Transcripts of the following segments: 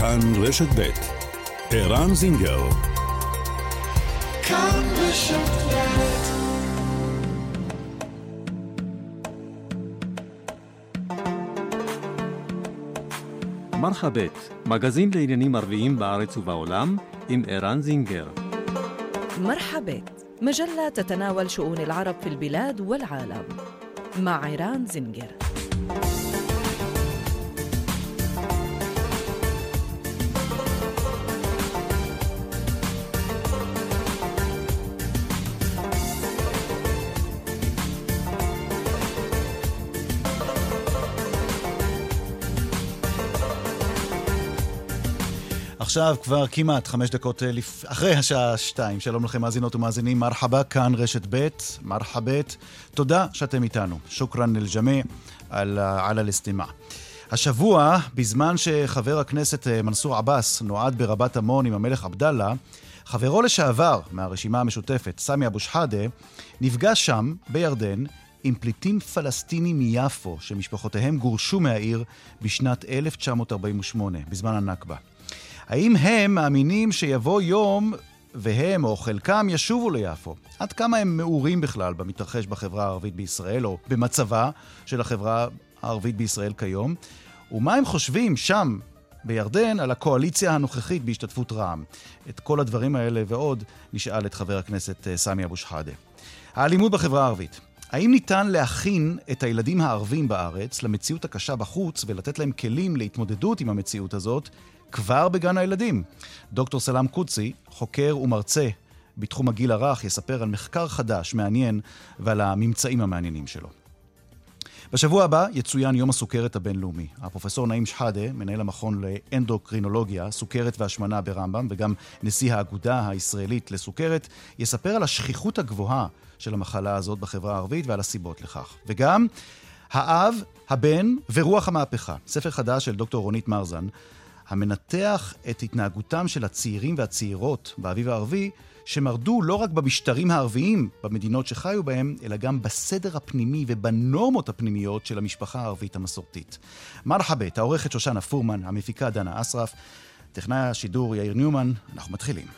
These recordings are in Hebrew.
כאן רשת ב' ערן זינגר. כאן רשת ב'. מרחבת, מגזין לעניינים ערביים בארץ ובעולם עם ערן זינגר. مرحبت مجلة تتناول شؤون العرب في البلاد والعالم مع عران زنجر. עכשיו כבר כמעט 5 דקות אחרי השעה 2. שלום לכם מאזינות ומאזינים, מרחבה, כאן רשת ב', מרחבת. תודה שאתם איתנו. שוקרן אל-ג'מי על אל-אסתימאע. השבוע, בזמן שחבר הכנסת מנסור עבאס נועד ברבת עמון עם המלך עבדאללה, חברו לשעבר מהרשימה המשותפת, סמי אבו שחאדה, נפגש שם בירדן עם פליטים פלסטינים מיפו שמשפחותיהם גורשו מהעיר בשנת 1948, בזמן הנכבה. האם הם מאמינים שיבוא יום והם או חלקם ישובו ליפו? עד כמה הם מעורים בכלל במתרחש בחברה הערבית בישראל או במצבה של החברה הערבית בישראל כיום? ומה הם חושבים שם בירדן על הקואליציה הנוכחית בהשתתפות רע"מ? את כל הדברים האלה ועוד נשאל את חבר הכנסת סמי אבו שחאדה. האלימות בחברה הערבית. האם ניתן להכין את הילדים הערבים בארץ למציאות הקשה בחוץ ולתת להם כלים להתמודדות עם המציאות הזאת כבר בגן הילדים? דוקטור סלאם קודסי, חוקר ומרצה בתחום הגיל הרך, יספר על מחקר חדש מעניין ועל הממצאים המעניינים שלו. בשבוע הבא יצוין יום הסוכרת הבינלאומי. הפרופסור נעים שחאדה, מנהל המכון לאנדוקרינולוגיה, סוכרת והשמנה ברמב"ם, וגם נשיא האגודה הישראלית לסוכרת, יספר על השכיחות הגבוהה של המחלה הזאת בחברה הערבית ועל הסיבות לכך. וגם האב, הבן ורוח המהפכה, ספר חדש של דוקטור רונית מרזן, המנתח את התנהגותם של הצעירים והצעירות באביב הערבי, שמרדו לא רק במשטרים הערביים במדינות שחיו בהם, אלא גם בסדר הפנימי ובנורמות הפנימיות של המשפחה הערבית המסורתית. מרחבת, העורכת שושנה פורמן, המפיקה דנה אסרף, טכנאי השידור יאיר ניומן. אנחנו מתחילים.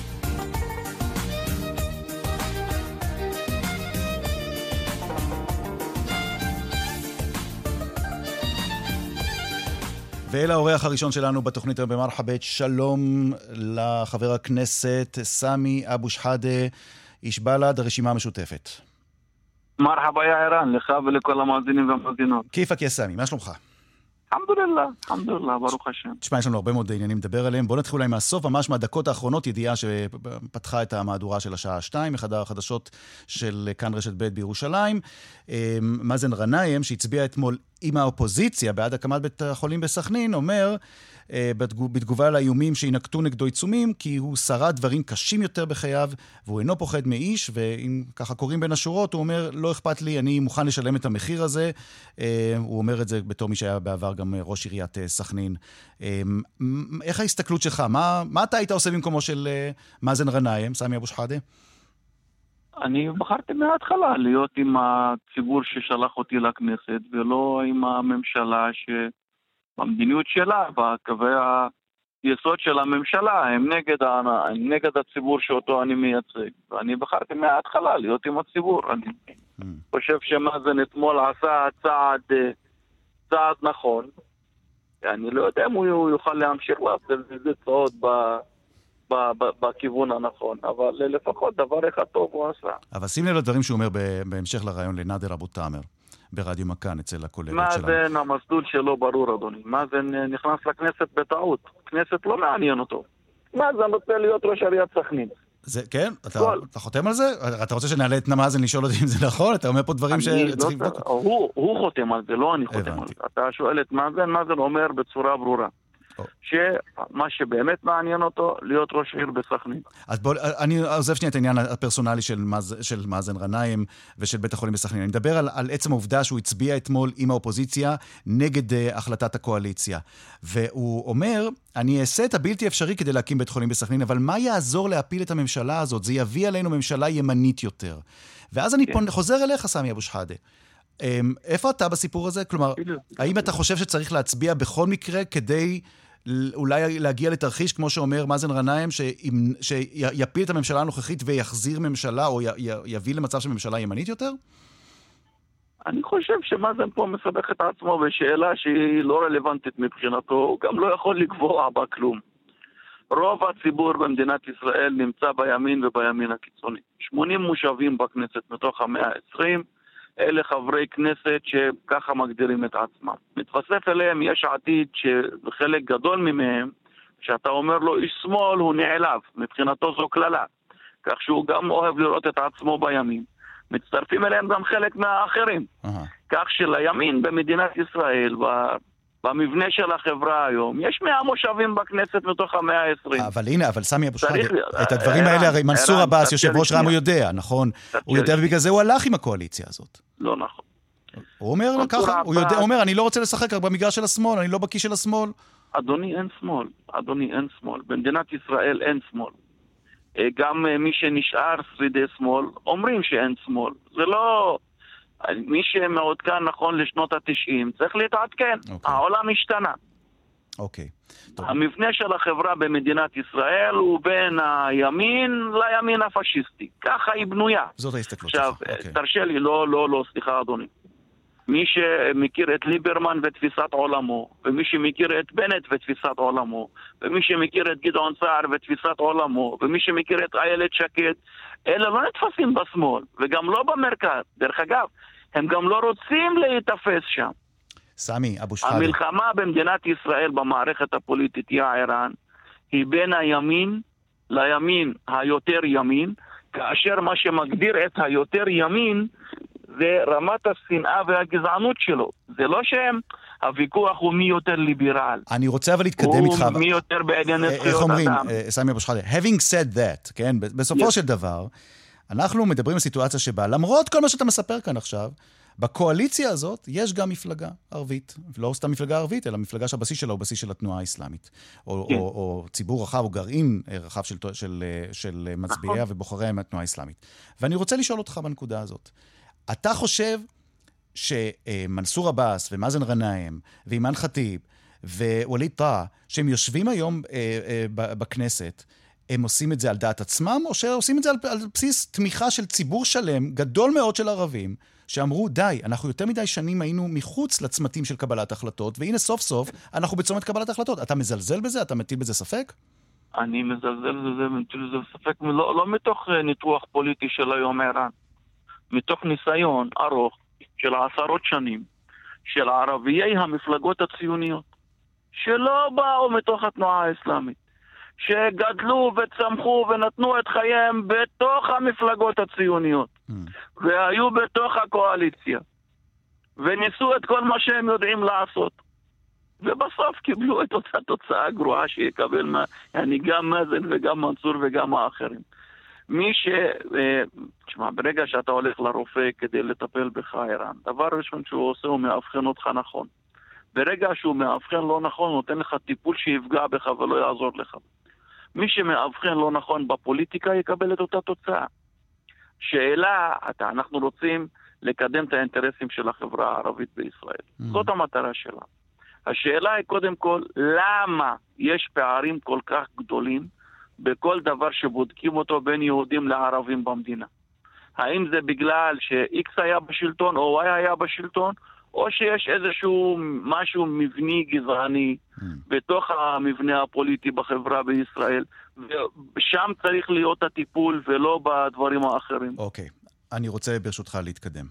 ואל האורח הראשון שלנו בתוכנית במרחבת, שלום לחבר הכנסת סמי אבו שחאדה, איש בל"ד, הרשימה המשותפת. מרחבה יא ערן, לך ולכל המאזינים והמאזינות. כיפק יא סמי, מה שלומך? אלחמדולillah, ברוך השם. תשמע, יש לנו הרבה מאוד עניינים לדבר עליהם. בואו נתחיל אולי מהסוף, ממש מהדקות האחרונות, ידיעה שפתחה את המהדורה של השעה 2, מחדר החדשות של כאן רשת ב' בירושלים. מאזן גנאים, שהצביע אתמול עם האופוזיציה בעד הקמת בית החולים בסכנין, אומר בתגובה לאיומים שינקטו נגדו עיצומים, כי הוא שרד דברים קשים יותר בחייו, והוא אינו פוחד מאיש, ואם ככה קוראים בין השורות, הוא אומר, לא אכפת לי, אני מוכן לשלם את המחיר הזה. הוא אומר את זה בתור מי שהיה בעבר גם ראש עיריית סכנין. איך ההסתכלות שלך? מה אתה היית עושה במקומו של מאזן גנאים, סמי אבו שחאדה? אני בחרתי מההתחלה להיות עם הציבור ששלח אותי לכנסת, ולא עם הממשלה במדיניות שלה, בקווי היסוד של הממשלה, הם נגד הציבור שאותו אני מייצג. ואני בחרתי מההתחלה להיות עם הציבור. אני חושב שמאזן אתמול עשה צעד נכון. אני לא יודע אם הוא יוכל להמשיך לעשות צעוד בכיוון הנכון, אבל לפחות דבר אחד טוב הוא עשה. אבל שים לב לדברים שהוא אומר בהמשך לרעיון לנאדר אבו תאמר. ברדיו מכאן אצל הקולגות שלנו. מאזן, המסלול שלו ברור, אדוני. מאזן נכנס לכנסת בטעות. כנסת לא מעניין אותו. מאזן רוצה להיות ראש עיריית סכנין. זה, כן? אתה חותם על זה? אתה רוצה שנעלה את מאזן לשאול אותי אם זה נכון? אתה אומר פה דברים שצריך לבדוק? הוא חותם על זה, לא אני חותם על זה. אתה שואל את מאזן, מאזן אומר בצורה ברורה. שמה שבאמת מעניין אותו, להיות ראש עיר בסכנין. אז בוא, אני עוזב שנייה את העניין הפרסונלי של מאזן גנאים ושל בית החולים בסכנין. אני מדבר על עצם העובדה שהוא הצביע אתמול עם האופוזיציה נגד החלטת הקואליציה. והוא אומר, אני אעשה את הבלתי אפשרי כדי להקים בית חולים בסכנין, אבל מה יעזור להפיל את הממשלה הזאת? זה יביא עלינו ממשלה ימנית יותר. ואז אני חוזר אליך, סמי אבו שחאדה. איפה אתה בסיפור הזה? כלומר, האם אתה חושב שצריך להצביע בכל מקרה כדי אולי להגיע לתרחיש, כמו שאומר מאזן גנאים, שיפיל את הממשלה הנוכחית ויחזיר ממשלה, או יביא למצב של ממשלה ימנית יותר? אני חושב שמאזן פה מסבך את עצמו בשאלה שהיא לא רלוונטית מבחינתו, הוא גם לא יכול לקבוע בה כלום. רוב הציבור במדינת ישראל נמצא בימין ובימין הקיצוני. 80 מושבים בכנסת מתוך 120, אלה חברי כנסת שככה מגדירים את עצמם. מתווסף אליהם יש עתיד שחלק גדול ממהם, שאתה אומר לו איש שמאל, הוא נעלב, מבחינתו זו כללה. כך שהוא גם אוהב לראות את עצמו בימין. מצטרפים אליהם גם חלק מהאחרים. כך שלימין במדינת ישראל, במבנה של החברה היום, יש 100 מושבים בכנסת מתוך 120. אבל הנה, אבל סמי אבו שחאדה, את הדברים האלה הרי מנסור עבאס, יושב ראש רע"מ, הוא יודע, נכון? הוא יודע ובגלל זה הוא הלך עם הקואליציה הזאת. לא נכון. הוא אומר ככה, הוא אומר, אני לא רוצה לשחק רק במגרש של השמאל, אני לא בכיס של השמאל. אדוני, אין שמאל. אדוני, אין שמאל. במדינת ישראל אין שמאל. גם מי שנשאר שרידי שמאל, אומרים שאין שמאל. זה לא... מי שמעודכן נכון לשנות ה-90, צריך להתעדכן. העולם השתנה. אוקיי. המבנה של החברה במדינת ישראל הוא בין הימין לימין הפשיסטי. ככה היא בנויה. זאת ההסתכלות. עכשיו, תרשה לי, לא, סליחה אדוני. מי שמכיר את ליברמן ותפיסת עולמו, ומי שמכיר את בנט ותפיסת עולמו, ומי שמכיר את גדעון סער ותפיסת עולמו, ומי שמכיר את איילת שקד, אלה לא נתפסים בשמאל, וגם לא במרכז. דרך אגב, הם גם לא רוצים להתאפס שם. סמי אבו שחאדה. המלחמה במדינת ישראל במערכת הפוליטית, יא ערן, היא בין הימין לימין היותר ימין, כאשר מה שמגדיר את היותר ימין זה רמת השנאה והגזענות שלו. זה לא שהם, הוויכוח הוא מי יותר ליברל. אני רוצה אבל להתקדם איתך. הוא מי יותר בענייני זכויות אדם. איך אומרים, סמי אבו שחאדה, having said that, כן, בסופו של דבר, אנחנו מדברים על סיטואציה שבה, למרות כל מה שאתה מספר כאן עכשיו, בקואליציה הזאת יש גם מפלגה ערבית. לא סתם מפלגה ערבית, אלא מפלגה שהבסיס שלה הוא בסיס של התנועה האסלאמית. או ציבור רחב, או גרעין רחב של מצביעיה ובוחריה מהתנועה האסלאמית. ואני רוצה לשאול אותך בנקודה הזאת. אתה חושב שמנסור עבאס ומאזן גנאים ואימאן ח'טיב ווליד טאהא, שהם יושבים היום בכנסת, הם עושים את זה על דעת עצמם, או שעושים את זה על בסיס תמיכה של ציבור שלם, גדול מאוד של ערבים, שאמרו, די, אנחנו יותר מדי שנים היינו מחוץ לצמתים של קבלת החלטות, והנה סוף סוף אנחנו בצומת קבלת החלטות. אתה מזלזל בזה? אתה מטיל בזה ספק? אני מזלזל בזה, מטיל בזה ספק, לא מתוך ניתוח פוליטי של היום ערן. מתוך ניסיון ארוך של עשרות שנים של ערביי המפלגות הציוניות שלא באו מתוך התנועה האסלאמית, שגדלו וצמחו ונתנו את חייהם בתוך המפלגות הציוניות והיו בתוך הקואליציה וניסו את כל מה שהם יודעים לעשות ובסוף קיבלו את אותה תוצאה גרועה שיקבל גם מאזן וגם מנסור וגם האחרים. מי תשמע, ברגע שאתה הולך לרופא כדי לטפל בך ערן, דבר ראשון שהוא עושה הוא מאבחן אותך נכון. ברגע שהוא מאבחן לא נכון, הוא נותן לך טיפול שיפגע בך ולא יעזור לך. מי שמאבחן לא נכון בפוליטיקה יקבל את אותה תוצאה. שאלה, אנחנו רוצים לקדם את האינטרסים של החברה הערבית בישראל. זאת המטרה שלה. השאלה היא קודם כל, למה יש פערים כל כך גדולים בכל דבר שבודקים אותו בין יהודים לערבים במדינה? האם זה בגלל ש-X היה בשלטון או Y היה בשלטון, או שיש איזשהו משהו מבני גזעני בתוך המבנה הפוליטי בחברה בישראל, ושם צריך להיות הטיפול ולא בדברים האחרים. אוקיי, אני רוצה ברשותך להתקדם.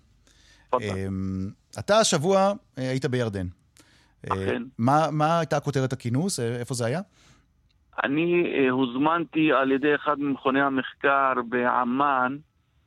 אתה השבוע היית בירדן. אכן. מה הייתה כותרת הכינוס? איפה זה היה? אני הוזמנתי על ידי אחד ממכוני המחקר בעמן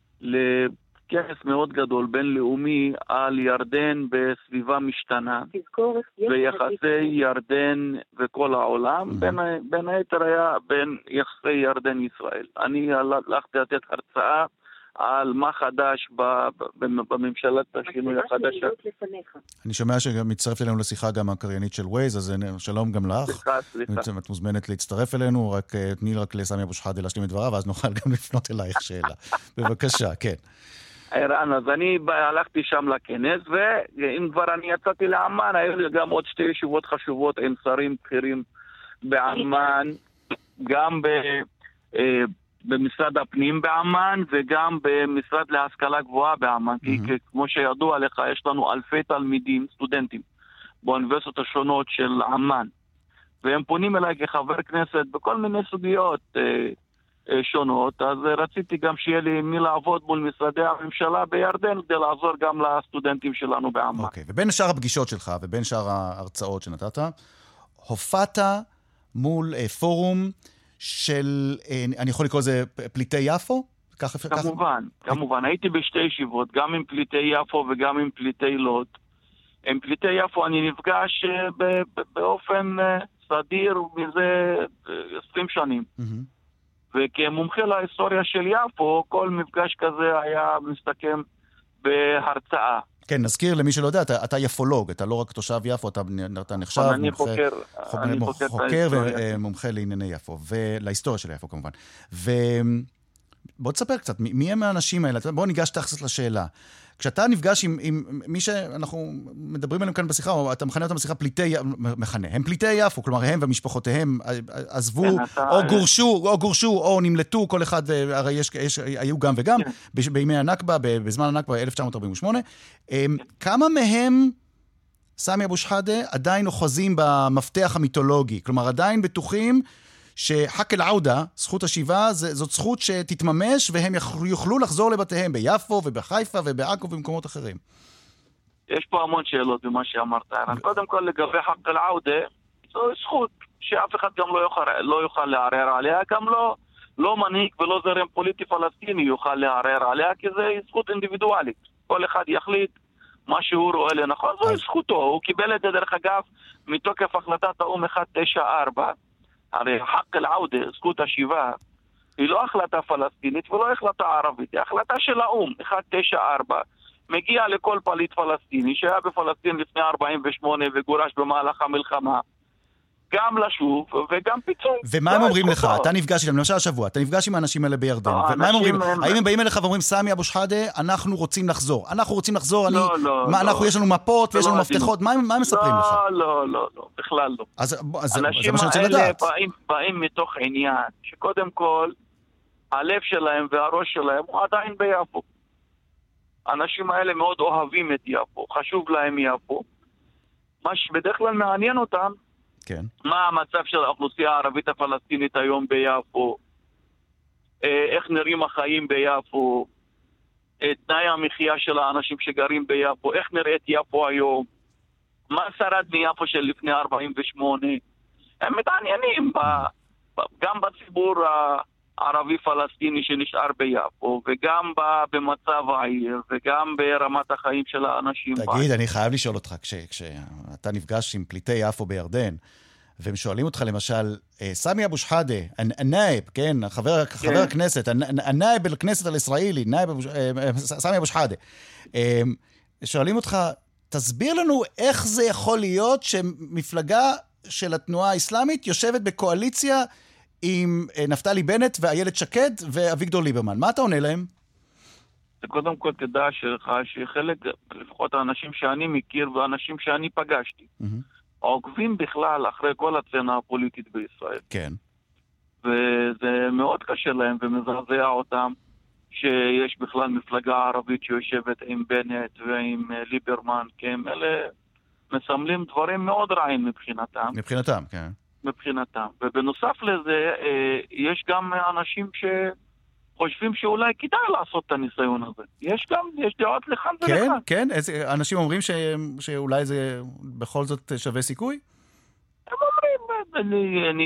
לכנס מאוד גדול בינלאומי על ירדן בסביבה משתנה ויחסי ירדן וכל העולם, בין היתר היה בין יחסי ירדן-ישראל. אני הלכתי לתת הרצאה על מה חדש בממשלת השינוי החדשה. אני שומע שגם מצטרף אלינו לשיחה גם הקריינית של ווייז, אז שלום גם לך. סליחה. את מוזמנת להצטרף אלינו, תני רק לסמי אבו שחאדה להשלים את דבריו, ואז נוכל גם לפנות אלייך שאלה. בבקשה, כן. ערן, אז אני הלכתי שם לכנס, ואם כבר אני יצאתי לעמן, היו לי גם עוד 2 ישיבות חשובות עם שרים בכירים בעמן, גם במשרד הפנים בעמן וגם במשרד להשכלה גבוהה בעמן, כי כמו שידוע לך, יש לנו אלפי תלמידים, סטודנטים, באוניברסיטות השונות של עמן, והם פונים אליי כחבר כנסת בכל מיני סוגיות שונות, אז רציתי גם שיהיה לי מי לעבוד מול משרדי הממשלה בירדן, כדי לעזור גם לסטודנטים שלנו בעמן. אוקיי, ובין שאר הפגישות שלך ובין שאר ההרצאות שנתת, הופעת מול פורום של, אני יכול לקרוא לזה פליטי יפו? כמובן. הייתי בשתי ישיבות, גם עם פליטי יפו וגם עם פליטי לוד. עם פליטי יפו אני נפגש באופן סדיר מזה 20 שנים. וכמומחה להיסטוריה של יפו, כל מפגש כזה היה מסתכם בהרצאה. כן, נזכיר למי שלא יודע, אתה יפולוג, אתה לא רק תושב יפו, אתה נחשב חוקר ומומחה לענייני יפו, ולהיסטוריה של יפו כמובן. ובוא תספר קצת, מי הם האנשים האלה? בוא ניגש תחת לשאלה. כשאתה נפגש עם מי שאנחנו מדברים עליהם כאן בשיחה, או אתה מכנה אותם בשיחה פליטי, הם פליטי יפו, כלומר הם ומשפחותיהם עזבו, או גורשו, או נמלטו, כל אחד, הרי היו גם וגם, בימי הנכבה, בזמן הנכבה, 1948. כמה מהם, סמי אבו שחאדה, עדיין אוחזים במפתח המיתולוגי? כלומר, עדיין בטוחים שחק אל-עודה, זכות השיבה, זאת זכות שתתממש, והם יוכלו לחזור לבתיהם ביפו ובחיפה ובעכו ובמקומות אחרים. יש פה המון שאלות במה שאמרת. קודם כל, לגבי חק אל-עודה, זו זכות שאף אחד גם לא יוכל לערער עליה, גם לא מנהיג ולא זרם פוליטי פלסטיני יוכל לערער עליה, כי זה זכות אינדיבידואלית. כל אחד יחליט מה שהוא רואה לנכון, זו זכותו. הוא קיבל את זה, דרך אגב, מתוקף החלטת האום 194, הרי חק אל-עודה, זכות השיבה, היא לא החלטה פלסטינית ולא החלטה ערבית, היא החלטה של האום, 194, מגיע לכל פליט פלסטיני שהיה בפלסטין לפני 48 וגורש במהלך המלחמה, גם לשוב וגם פיצוי. ומה הם אומרים לך? אתה נפגש איתם, למשל השבוע, אתה נפגש עם האנשים האלה בירדן, ומה הם אומרים? האם הם באים אליך ואומרים, סמי אבו שחאדה, אנחנו רוצים לחזור, יש לנו מפות ויש לנו מפתחות, מה הם מספרים לך? לא, בכלל לא. אנשים האלה באים מתוך עניין, שקודם כל, הלב שלהם והראש שלהם הוא עדיין ביפו. האנשים האלה מאוד אוהבים את יפו, חשוב להם יפו. מה שבדרך כלל מעניין אותם, כן. מה המצב של האוכלוסייה הערבית הפלסטינית היום ביפו, איך נראים החיים ביפו, תנאי המחיה של האנשים שגרים ביפו, איך נראית יפו היום, מה שרד מיפו של לפני 48. הם מתעניינים גם בציבור הערבי-פלסטיני שנשאר ביפו, וגם במצב העיר, וגם ברמת החיים של האנשים. תגיד, אני חייב לשאול אותך, כשאתה נפגש עם פליטי יפו בירדן, והם שואלים אותך למשל, סמי אבו שחאדה, הנאיב, כן, חבר הכנסת, הנאיב בכנסת הישראלית, סמי אבו שחאדה, שואלים אותך, תסביר לנו איך זה יכול להיות שמפלגה של התנועה האסלאמית יושבת בקואליציה עם נפתלי בנט ואיילת שקד ואביגדור ליברמן. מה אתה עונה להם? קודם כל תדע שחלק, לפחות האנשים שאני מכיר ואנשים שאני פגשתי, עוקבים בכלל אחרי כל הצנה הפוליטית בישראל. כן. וזה מאוד קשה להם ומזעזע אותם שיש בכלל מפלגה ערבית שיושבת עם בנט ועם ליברמן, כי הם אלה מסמלים דברים מאוד רעים מבחינתם. מבחינתם, כן. מבחינתם. ובנוסף לזה, יש גם אנשים שחושבים שאולי כדאי לעשות את הניסיון הזה. יש דעות לכאן ולכאן. כן, אנשים אומרים שאולי זה בכל זאת שווה סיכוי? הם אומרים,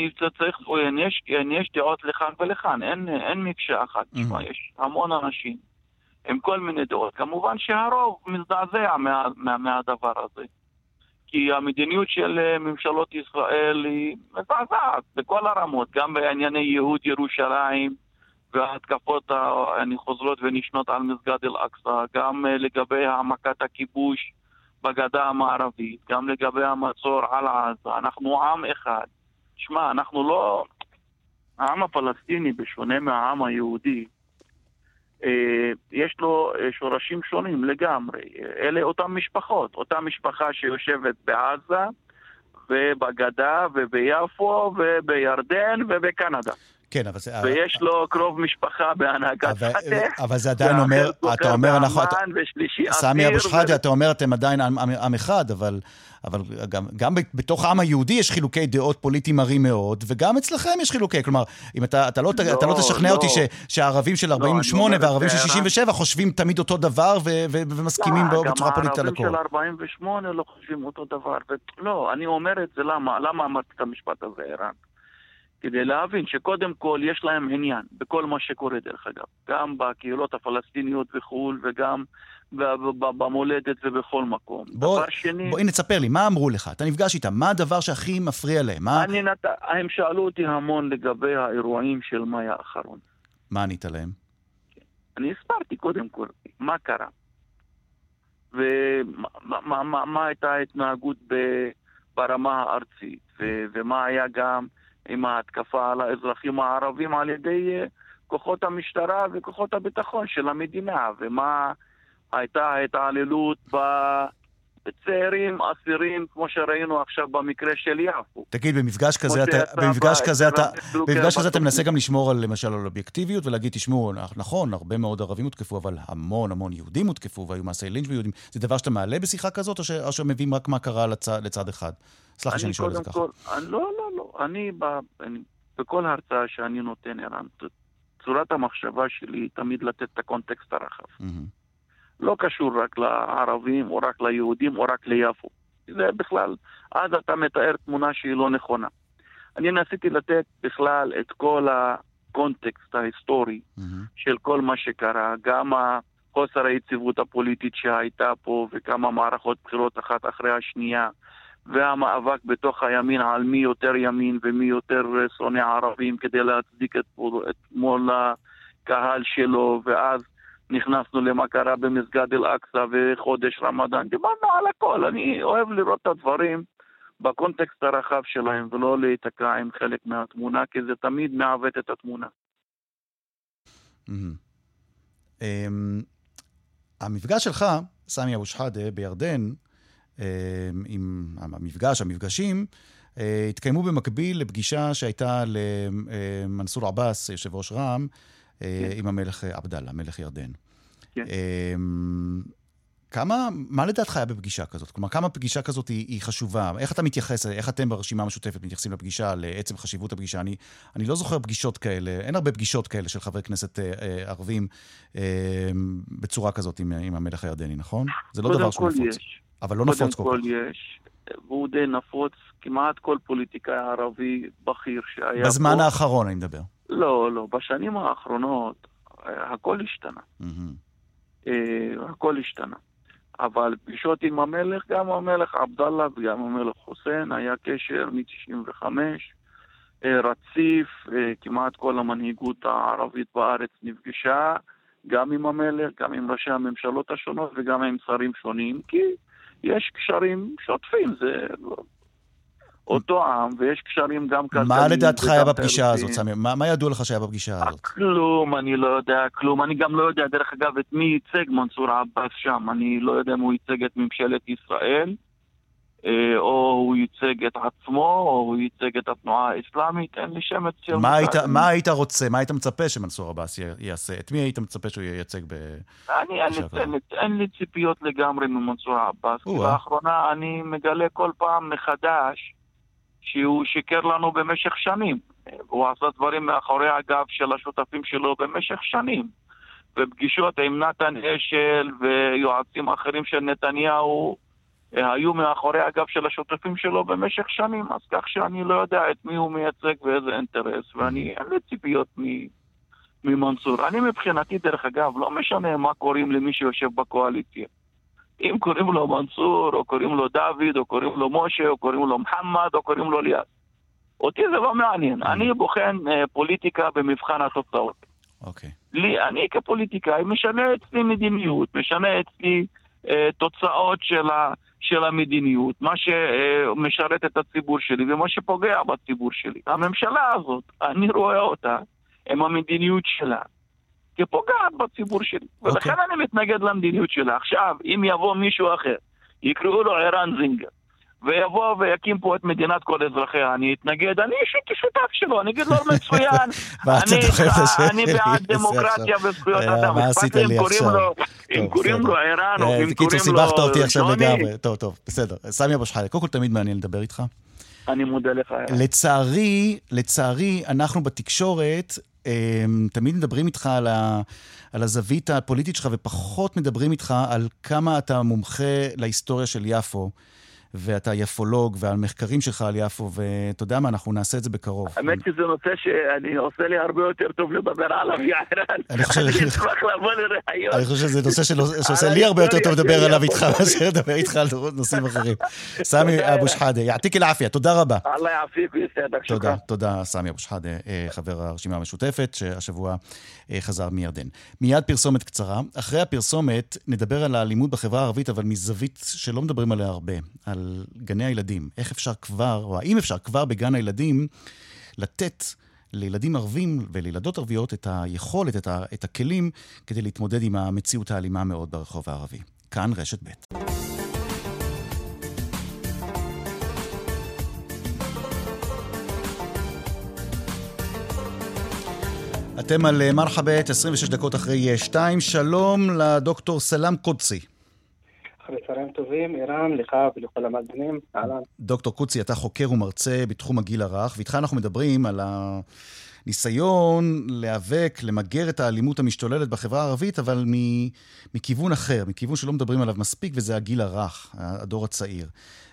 יש דעות לכאן ולכאן, אין מקשה אחת. יש המון אנשים עם כל מיני דעות. כמובן שהרוב מזדעזע מהדבר הזה. כי המדיניות של ממשלות ישראל היא מזעזעת בכל הרמות, גם בענייני ייהוד ירושלים וההתקפות חוזרות ונשנות על מסגד אל-אקצא, גם לגבי העמקת הכיבוש בגדה המערבית, גם לגבי המצור על עזה. אנחנו עם אחד. תשמע, אנחנו לא... העם הפלסטיני, בשונה מהעם היהודי, יש לו שורשים שונים לגמרי. אלה אותם משפחות, אותה משפחה שיושבת בעזה ובגדה וביפו ובירדן ובקנדה. כן, אבל זה... ויש לו קרוב משפחה בהנהגת פתח. אבל זה עדיין אומר, אתה אומר, סמי אבו שחאדה, אתה אומר, אתם עדיין עם אחד, אבל גם בתוך העם היהודי יש חילוקי דעות פוליטיים מרים מאוד, וגם אצלכם יש חילוקי, כלומר, אם אתה לא תשכנע אותי שהערבים של 48 והערבים של 67 חושבים תמיד אותו דבר ומסכימים בצורה פוליטית על הכל. גם הערבים של 48 לא חושבים אותו דבר. לא, אני אומר את זה למה אמרתי את המשפט הזה, ערן? כדי להבין שקודם כל יש להם עניין בכל מה שקורה דרך אגב, גם בקהילות הפלסטיניות בחול וגם במולדת ובכל מקום. בואי נצפר לי, מה אמרו לך? אתה נפגש איתם, מה הדבר שהכי מפריע להם? הם שאלו אותי המון לגבי האירועים של מאי האחרון. מה ענית להם? אני הסברתי קודם כל מה קרה ומה הייתה ההתנהגות ברמה הארצית ומה היה גם עם ההתקפה על האזרחים הערבים על ידי כוחות המשטרה וכוחות הביטחון של המדינה, ומה הייתה ההתעללות בצעירים, אסירים, כמו שראינו עכשיו במקרה של יפו. תגיד, במפגש כזה אתה מנסה גם לשמור על, למשל, על אובייקטיביות ולהגיד, תשמעו, נכון, הרבה מאוד ערבים הותקפו, אבל המון יהודים הותקפו, והיו מעשי לינץ' ביהודים. זה דבר שאתה מעלה בשיחה כזאת, או שמביאים רק מה קרה לצד אחד? סלח לי שאני שואל את זה ככה. לא. אני בכל הרצאה שאני נותן, ערן, צורת המחשבה שלי תמיד לתת את הקונטקסט הרחב. לא קשור רק לערבים, או רק ליהודים, או רק ליפו. זה בכלל, אז אתה מתאר תמונה שהיא לא נכונה. אני ניסיתי לתת בכלל את כל הקונטקסט ההיסטורי של כל מה שקרה, גם חוסר היציבות הפוליטית שהייתה פה, וכמה מערכות בחירות אחת אחרי השנייה, והמאבק בתוך הימין על מי יותר ימין ומי יותר שונא ערבים כדי להצדיק את מול הקהל שלו, ואז נכנסנו למה קרה במסגד אל-אקצא וחודש רמדאן. דיברנו על הכל. אני אוהב לראות את הדברים בקונטקסט הרחב שלהם ולא להתקע עם חלק מהתמונה, כי זה תמיד מעוות את התמונה. המפגש שלך, סמי אבו שחאדה, בירדן, עם המפגשים התקיימו במקביל לפגישה שהייתה למנסור עבאס, יושב ראש רע"מ, עם המלך עבדאללה, מלך ירדן. מה לדעתך היה בפגישה כזאת? כלומר, כמה פגישה כזאת היא חשובה? איך אתה מתייחס, איך אתם ברשימה המשותפת מתייחסים לפגישה, לעצם חשיבות הפגישה? אני לא זוכר פגישות כאלה, אין הרבה פגישות כאלה של חברי כנסת ערבים בצורה כזאת עם המלך הירדני, נכון? זה לא דבר שהוא נפוץ. אבל לא נפוץ כל כך. קודם כל יש, והוא די נפוץ, כמעט כל פוליטיקאי ערבי בכיר שהיה בזמן האחרון אני מדבר. לא, בשנים האחרונות הכל השתנה. הכל השתנה. אבל פגישות עם המלך, גם המלך עבדאללה וגם המלך חוסיין, היה קשר מ-95, רציף, כמעט כל המנהיגות הערבית בארץ נפגשה, גם עם המלך, גם עם ראשי הממשלות השונות וגם עם שרים שונים, כי יש קשרים שוטפים, זה אותו עם, ויש קשרים גם כלכליים. מה לדעתך היה בפגישה הזאת, סמי? מה ידעו לך שהיה בפגישה הזאת? כלום, אני לא יודע כלום. אני גם לא יודע, דרך אגב, את מי ייצג מנסור עבאס שם. אני לא יודע אם הוא ייצג את ממשלת ישראל, או הוא ייצג את עצמו, או הוא ייצג את התנועה האסלאמית. אין לי שמץ של... מה היית רוצה, מה היית מצפה שמנסור עבאס יעשה? את מי היית מצפה שהוא ייצג אין לי ציפיות לגמרי ממנסור עבאס. לאחרונה אני מגלה כל פעם מחדש שהוא שיקר לנו במשך שנים. הוא עשה דברים מאחורי הגב של השותפים שלו במשך שנים. בפגישות עם נתן אשל ויועצים אחרים של נתניהו היו מאחורי הגב של השותפים שלו במשך שנים. אז כך שאני לא יודע את מי הוא מייצג ואיזה אינטרס. ואני אין לי ציפיות ממנסור. אני מבחינתי, דרך אגב, לא משנה מה קוראים למי שיושב בקואליציה. אם קוראים לו מנסור, או קוראים לו דוד, או קוראים לו משה, או קוראים לו מחמד, או קוראים לו ליאס. אותי זה לא מעניין. אני בוחן פוליטיקה במבחן התוצאות. אני כפוליטיקאי משנה אצלי מדיניות, משנה אצלי תוצאות של המדיניות, מה שמשרת את הציבור שלי ומה שפוגע בציבור שלי. הממשלה הזאת, אני רואה אותה עם המדיניות שלה כפוגעת בציבור שלי. ולכן אני מתנגד למדיניות שלה. עכשיו, אם יבוא מישהו אחר, יקראו לו ערן זינגר, ויבוא ויקים פה את מדינת כל אזרחיה, אני אתנגד, אני שותף שלו, אני אגיד לו מצוין, אני בעד דמוקרטיה וזכויות אדם. מה עשית לי עכשיו? אם קוראים לו איראן, או אם קוראים לו סיבכת אותי עכשיו ג'וני. לגמרי. טוב, בסדר. סמי אבו שחאדה, קודם כל תמיד מעניין לדבר איתך. אני מודה לך. לצערי, אנחנו בתקשורת תמיד מדברים איתך על הזווית הפוליטית שלך, ופחות מדברים איתך על כמה אתה מומחה להיסטוריה של יפו, ואתה יפולוג, ועל מחקרים שלך על יפו, ואתה יודע מה, אנחנו נעשה את זה בקרוב. האמת שזה נושא שאני עושה לי הרבה יותר טוב לדבר עליו, יערן. אני אשמח לבוא לראיון. אני חושב שזה נושא שעושה לי הרבה יותר טוב לדבר עליו איתך, מאשר לדבר איתך על נושאים אחרים. סמי אבו שחאדה, יעתיק אל עפיה, תודה רבה. אללה יעפיק ויסעדק, שוקרן. תודה, סמי אבו שחאדה, חבר הרשימה המשותפת, שהשבוע חזר מירדן. מיד פרסומת קצרה. אחרי הפרסומת נדבר על האלימות בחברה הערבית, אבל מזווית שלא מדברים עליה הרבה, על גני הילדים. איך אפשר כבר, או האם אפשר כבר בגן הילדים, לתת לילדים ערבים ולילדות ערביות את היכולת, את הכלים, כדי להתמודד עם המציאות האלימה מאוד ברחוב הערבי. כאן רשת ב'. אתם על מרחבת, 26 דקות אחרי 2. שלום לדוקטור סלאם קודסי. אחרי צהריים טובים, אירן, לך ולכל המאזינים. דוקטור קודסי, אתה חוקר ומרצה בתחום הגיל הרך, ואיתך אנחנו מדברים על הניסיון להיאבק, למגר את האלימות המשתוללת בחברה הערבית, אבל מכיוון אחר, מכיוון שלא מדברים עליו מספיק, וזה הגיל הרך, הדור הצעיר.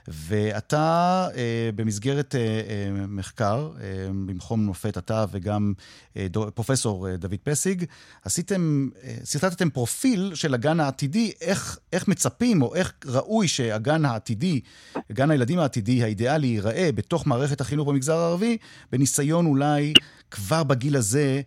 ואתה במסגרת מחקר, במכון מופת, אתה וגם פרופסור דוד פסיג, סרטטתם פרופיל של הגן העתידי, איך מצפים או איך ראוי שהגן העתידי, גן הילדים העתידי האידיאלי ייראה בתוך מערכת החינוך במגזר הערבי, בניסיון אולי כבר בגיל הזה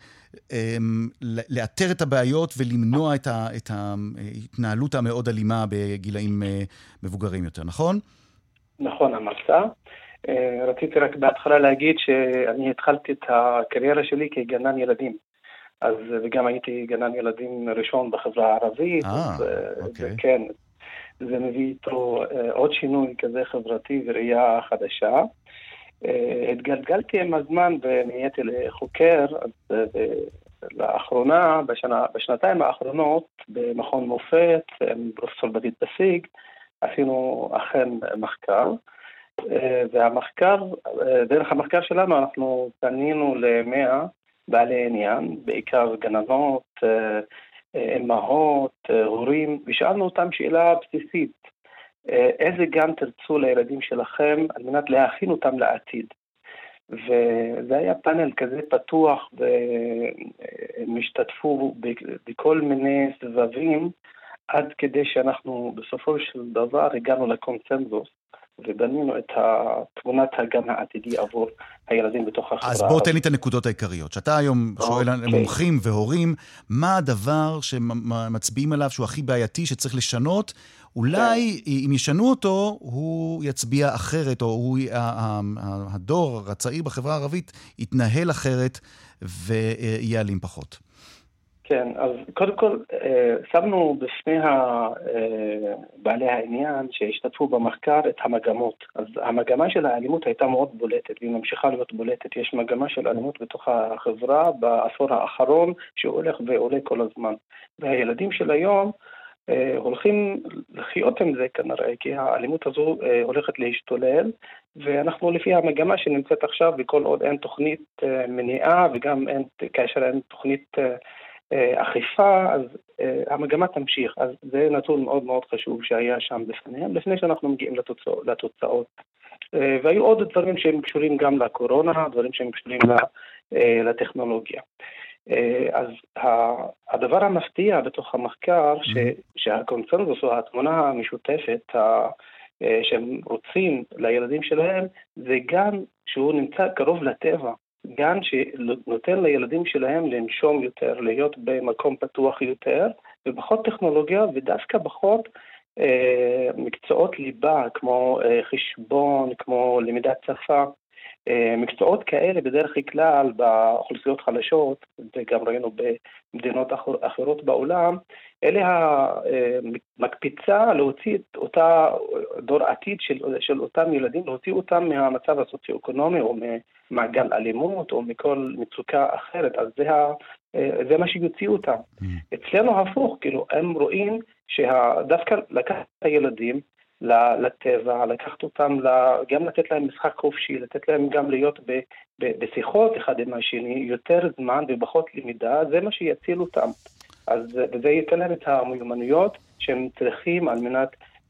לאתר את הבעיות ולמנוע את ההתנהלות המאוד אלימה בגילאים מבוגרים יותר, נכון? נכון, אמרת. רציתי רק בהתחלה להגיד שאני התחלתי את הקריירה שלי כגנן ילדים. אז וגם הייתי גנן ילדים ראשון בחברה הערבית. אוקיי. כן, זה מביא איתו עוד שינוי כזה חברתי וראייה חדשה. התגלגלתי עם הזמן ונהייתי לחוקר, אז לאחרונה, בשנתיים האחרונות, במכון מופת, עם פרופסור דוד פסיג, עשינו אכן מחקר, והמחקר, דרך המחקר שלנו אנחנו פנינו ל100 בעלי עניין, בעיקר גננות, אמהות, הורים, ושאלנו אותם שאלה בסיסית, איזה גן תרצו לילדים שלכם על מנת להכין אותם לעתיד. וזה היה פאנל כזה פתוח, והם השתתפו בכל מיני סבבים, עד כדי שאנחנו בסופו של דבר הגענו לקונסנזוס, ובנינו את תמונת הגן העתידי עבור הילדים בתוך החברה. אז בוא תן לי את הנקודות העיקריות. שאתה היום שואל מומחים והורים, מה הדבר שמצביעים עליו שהוא הכי בעייתי שצריך לשנות? אולי אם ישנו אותו, הוא יצביע אחרת, או הדור הצעיר בחברה הערבית יתנהל אחרת ויהיה אלים פחות. כן, אז קודם כל שמנו בפני בעלי העניין שהשתתפו במחקר את המגמות. אז המגמה של האלימות הייתה מאוד בולטת, והיא ממשיכה להיות בולטת. יש מגמה של אלימות בתוך החברה בעשור האחרון שהולך ועולה כל הזמן. והילדים של היום הולכים לחיות עם זה כנראה, כי האלימות הזו הולכת להשתולל, ואנחנו לפי המגמה שנמצאת עכשיו, וכל עוד אין תוכנית מניעה, וגם כאשר אין תוכנית אכיפה, אז המגמה תמשיך. אז זה נתון מאוד מאוד חשוב שהיה שם בפניהם, לפני שאנחנו מגיעים לתוצאות. והיו עוד דברים שהם קשורים גם לקורונה, דברים שהם קשורים לטכנולוגיה. אז הדבר המפתיע בתוך המחקר, שהקונסנזוס או התמונה המשותפת שהם רוצים לילדים שלהם, זה גן שהוא נמצא קרוב לטבע. גן שנותן לילדים שלהם לנשום יותר, להיות במקום פתוח יותר, ופחות טכנולוגיה, ודווקא פחות מקצועות ליבה, כמו חשבון, כמו למידת שפה. מקצועות כאלה בדרך כלל באוכלוסיות חלשות, וגם ראינו במדינות אחרות בעולם, אלה המקפיצה להוציא את אותה דור עתיד של אותם ילדים, להוציא אותם מהמצב הסוציו-אקונומי או ממעגל אלימות או מכל מצוקה אחרת. אז זה מה שיוציא אותם. אצלנו הפוך, כאילו הם רואים שדווקא לקחת את הילדים לטבע, לקחת אותם, גם לתת להם משחק חופשי, לתת להם גם להיות בשיחות אחד עם השני, יותר זמן ופחות למידה, זה מה שיציל אותם. אז זה ייתן להם את המיומנויות שהם צריכים על מנת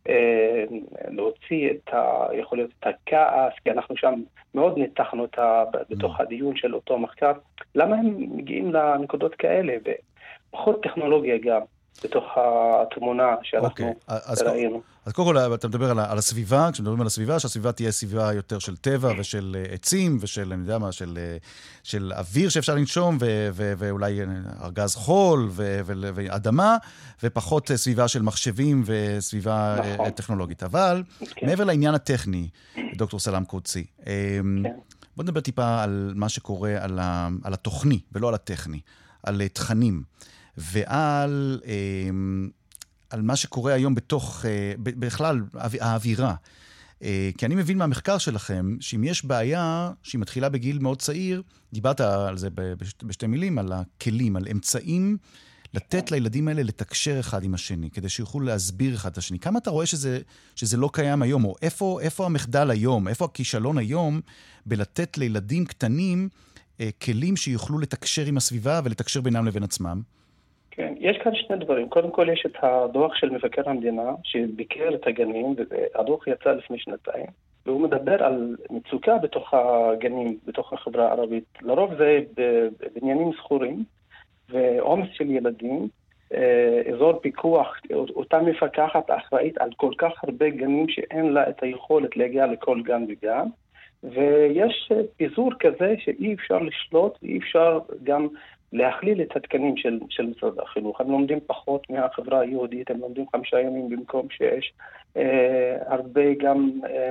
להוציא יכול להיות את הכעס, כי אנחנו שם מאוד ניתחנו בתוך הדיון של אותו מחקר, למה הם מגיעים לנקודות כאלה, ופחות טכנולוגיה גם. בתוך התמונה שאנחנו ראינו. אז קודם כל אתה מדבר על הסביבה, כשמדברים על הסביבה, שהסביבה תהיה סביבה יותר של טבע ושל עצים ושל, אני יודע מה, של אוויר שאפשר לנשום ואולי ארגז חול ואדמה, ופחות סביבה של מחשבים וסביבה טכנולוגית. אבל מעבר לעניין הטכני, דוקטור סלאם קודסי, בוא נדבר טיפה על מה שקורה על התוכני ולא על הטכני, על תכנים. ועל מה שקורה היום בתוך, בכלל, האווירה. כי אני מבין מהמחקר שלכם, שאם יש בעיה שהיא מתחילה בגיל מאוד צעיר, דיברת על זה בשתי מילים, על הכלים, על אמצעים, לתת לילדים האלה לתקשר אחד עם השני, כדי שיוכלו להסביר אחד את השני. כמה אתה רואה שזה לא קיים היום, או איפה המחדל היום, איפה הכישלון היום, בלתת לילדים קטנים כלים שיוכלו לתקשר עם הסביבה ולתקשר בינם לבין עצמם? כן, יש כאן שני דברים. קודם כל יש את הדוח של מבקר המדינה שביקר את הגנים, והדוח יצא לפני שנתיים, והוא מדבר על מצוקה בתוך הגנים, בתוך החברה הערבית. לרוב זה בבניינים סחורים ועומס של ילדים, אזור פיקוח, אותה מפקחת אחראית על כל כך הרבה גנים שאין לה את היכולת להגיע לכל גן וגן, ויש פיזור כזה שאי אפשר לשלוט, אי אפשר גם להכליל את התקנים של משרד החינוך. הם לומדים פחות מהחברה היהודית, הם לומדים 5 ימים במקום 6. הרבה גם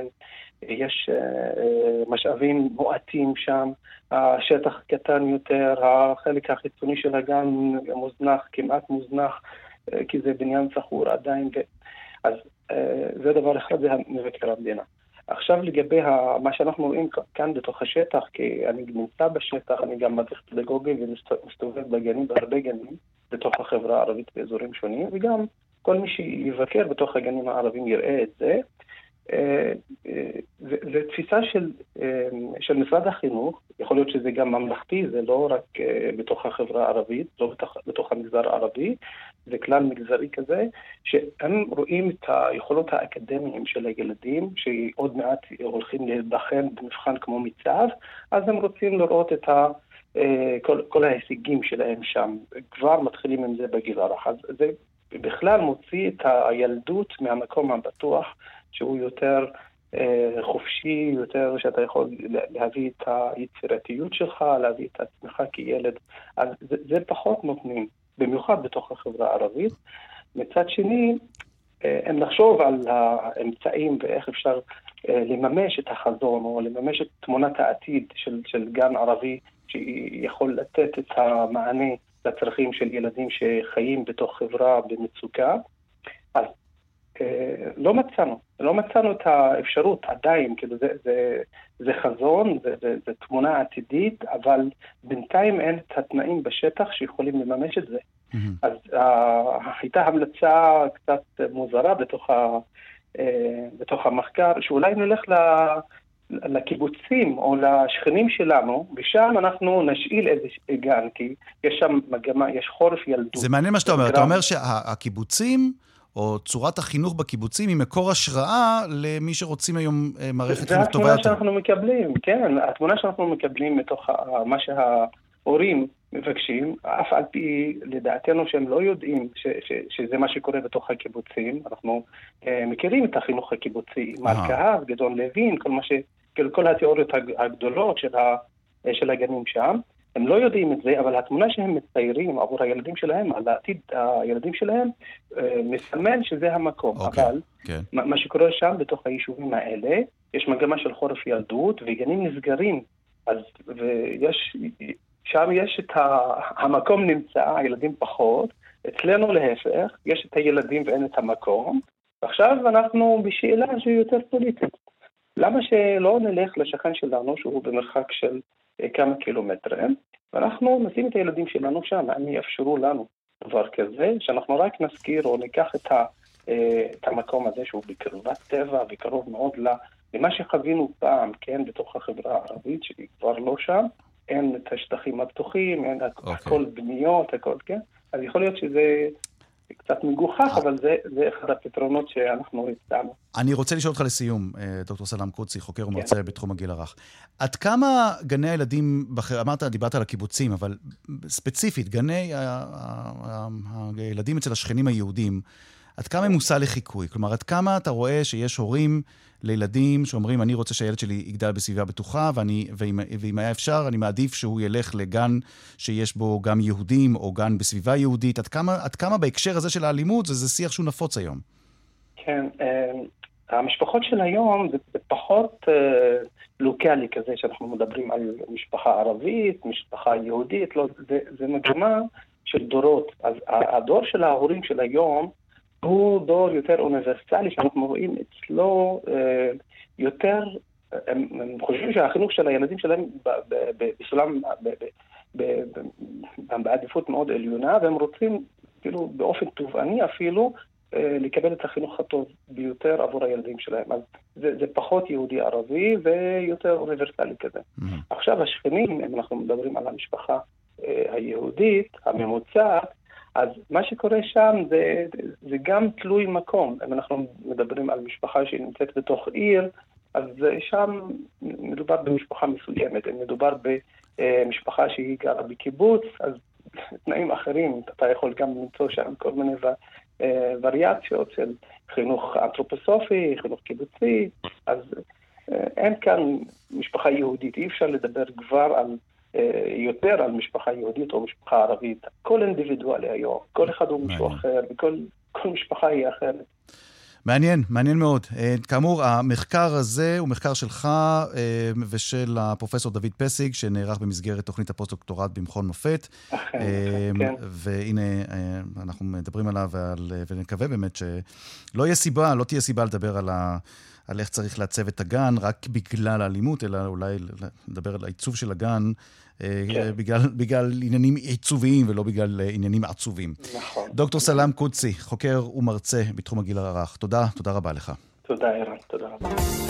יש משאבים מועטים שם, השטח קטן יותר, החלק החיצוני של הגן מוזנח, כמעט מוזנח, כי זה בניין סחור עדיין. אז זה דבר אחד, זה מבקר המדינה. עכשיו לגבי מה שאנחנו רואים כאן בתוך השטח, כי אני נמצא בשטח, אני גם מדריך פדגוגי ומסתובב בגנים, בהרבה גנים, בתוך החברה הערבית באזורים שונים, וגם כל מי שיבקר בתוך הגנים הערבים יראה את זה. זה תפיסה של משרד החינוך, יכול להיות שזה גם ממלכתי, זה לא רק בתוך החברה הערבית, לא בתוך המגזר הערבי, זה כלל מגזרי כזה, שהם רואים את היכולות האקדמיים של הילדים, שעוד מעט הולכים להיבחן במבחן כמו מיצ"ב, אז הם רוצים לראות את כל ההישגים שלהם שם, כבר מתחילים עם זה בגיל הרך. אז זה בכלל מוציא את הילדות מהמקום הבטוח, שהוא יותר חופשי, יותר שאתה יכול להביא את היצירתיות שלך, להביא את עצמך כילד. אז זה פחות נותנים, במיוחד בתוך החברה הערבית. מצד שני, אם נחשוב על האמצעים ואיך אפשר לממש את החזון, או לממש את תמונת העתיד של גן ערבי, שיכול לתת את המענה לצרכים של ילדים שחיים בתוך חברה במצוקה, אז לא מצאנו את האפשרות עדיין, כאילו זה חזון, זה תמונה עתידית, אבל בינתיים אין את התנאים בשטח שיכולים לממש את זה. אז הייתה המלצה קצת מוזרה בתוך המחקר, שאולי נלך לקיבוצים או לשכנים שלנו, ושם אנחנו נשאיל איזה גן, כי יש שם מגמה, יש חורף ילדות. זה מעניין מה שאתה אומר, אתה אומר שהקיבוצים או צורת החינוך בקיבוצים היא מקור השראה למי שרוצים היום מערכת חינוך טובה יותר. זה התמונה שאנחנו מקבלים, כן, התמונה שאנחנו מקבלים מתוך מה שההורים מבקשים, אף על פי לדעתנו שהם לא יודעים שזה מה שקורה בתוך הקיבוצים. אנחנו מכירים את החינוך הקיבוצי, מלכהב, גדעון לוין, כל התיאוריות הגדולות של הגנים שם. הם לא יודעים את זה, אבל התמונה שהם מציירים עבור הילדים שלהם, על העתיד הילדים שלהם, מסמן שזה המקום. אבל מה שקורה שם בתוך היישובים האלה, יש מגמה של חורף ילדות, וגנים נסגרים, אז שם יש המקום נמצא, הילדים פחות, אצלנו להפך, יש את הילדים ואין את המקום, ועכשיו אנחנו בשאלה שהיא יותר פוליטית. למה שלא נלך לשכן שלנו, שהוא במרחק של כמה קילומטרים, ואנחנו נשים את הילדים שלנו שם, הם יאפשרו לנו דבר כזה, שאנחנו רק נזכיר או ניקח את המקום הזה שהוא בקרבת טבע וקרוב מאוד למה שחווינו פעם, כן, בתוך החברה הערבית, שהיא כבר לא שם, אין את השטחים הפתוחים, אין הכל בניות, הכל, כן? אז יכול להיות שזה קצת מגוחך, אבל זה אחד הפתרונות שאנחנו הצענו. אני רוצה לשאול אותך לסיום, דוקטור סלאם קוצי, חוקר ומרצה בתחום הגיל הרך. עד כמה גני הילדים, דיברת על הקיבוצים, אבל ספציפית, גני הילדים אצל השכנים היהודים, עד כמה הם מושא לחיקוי? כלומר, עד כמה אתה רואה שיש הורים לילדים שאומרים, אני רוצה שהילד שלי יגדל בסביבה בטוחה, ואם היה אפשר, אני מעדיף שהוא ילך לגן שיש בו גם יהודים, או גן בסביבה יהודית. עד כמה בהקשר הזה של האלימות, זה שיח שהוא נפוץ היום? כן, המשפחות של היום זה פחות לוקלי כזה, שאנחנו מדברים על משפחה ערבית, משפחה יהודית, לא, זה מגמה של דורות. אז הדור של ההורים של היום, הוא דור יותר אוניברסלי, שאנחנו רואים אצלו יותר, הם חושבים שהחינוך של הילדים שלהם בסולם, בעדיפות מאוד עליונה, והם רוצים כאילו באופן תובעני אפילו לקבל את החינוך הטוב ביותר עבור הילדים שלהם. אז זה פחות יהודי ערבי ויותר אוניברסלי כזה. עכשיו השכנים, אם אנחנו מדברים על המשפחה היהודית, הממוצעת, אז מה שקורה שם זה גם תלוי מקום. אם אנחנו מדברים על משפחה שנמצאת בתוך עיר, אז שם מדובר במשפחה מסוימת. אם מדובר במשפחה שהיא גרה בקיבוץ, אז תנאים אחרים. אתה יכול גם למצוא שם כל מיני וריאציות של חינוך אנתרופוסופי, חינוך קיבוצי. אז אין כאן משפחה יהודית. אי אפשר לדבר כבר על יותר על משפחה יהודית או משפחה ערבית. כל אינדיבידואלי היום, כל אחד הוא משהו אחר, וכל משפחה היא אחרת. מעניין מאוד. כאמור, המחקר הזה הוא מחקר שלך ושל הפרופסור דוד פסיג, שנערך במסגרת תוכנית הפוסט-דוקטורט במכון מופת. כן. והנה, אנחנו מדברים עליו, ונקווה באמת שלא תהיה סיבה לדבר על איך צריך לעצב את הגן, רק בגלל האלימות, אלא אולי לדבר על העיצוב של הגן, בגלל עניינים עיצוביים ולא בגלל עניינים עצובים. נכון. דוקטור סלאם קוצי, חוקר ומרצה בתחום הגיל הרך. תודה רבה לך. תודה, ערן, תודה רבה.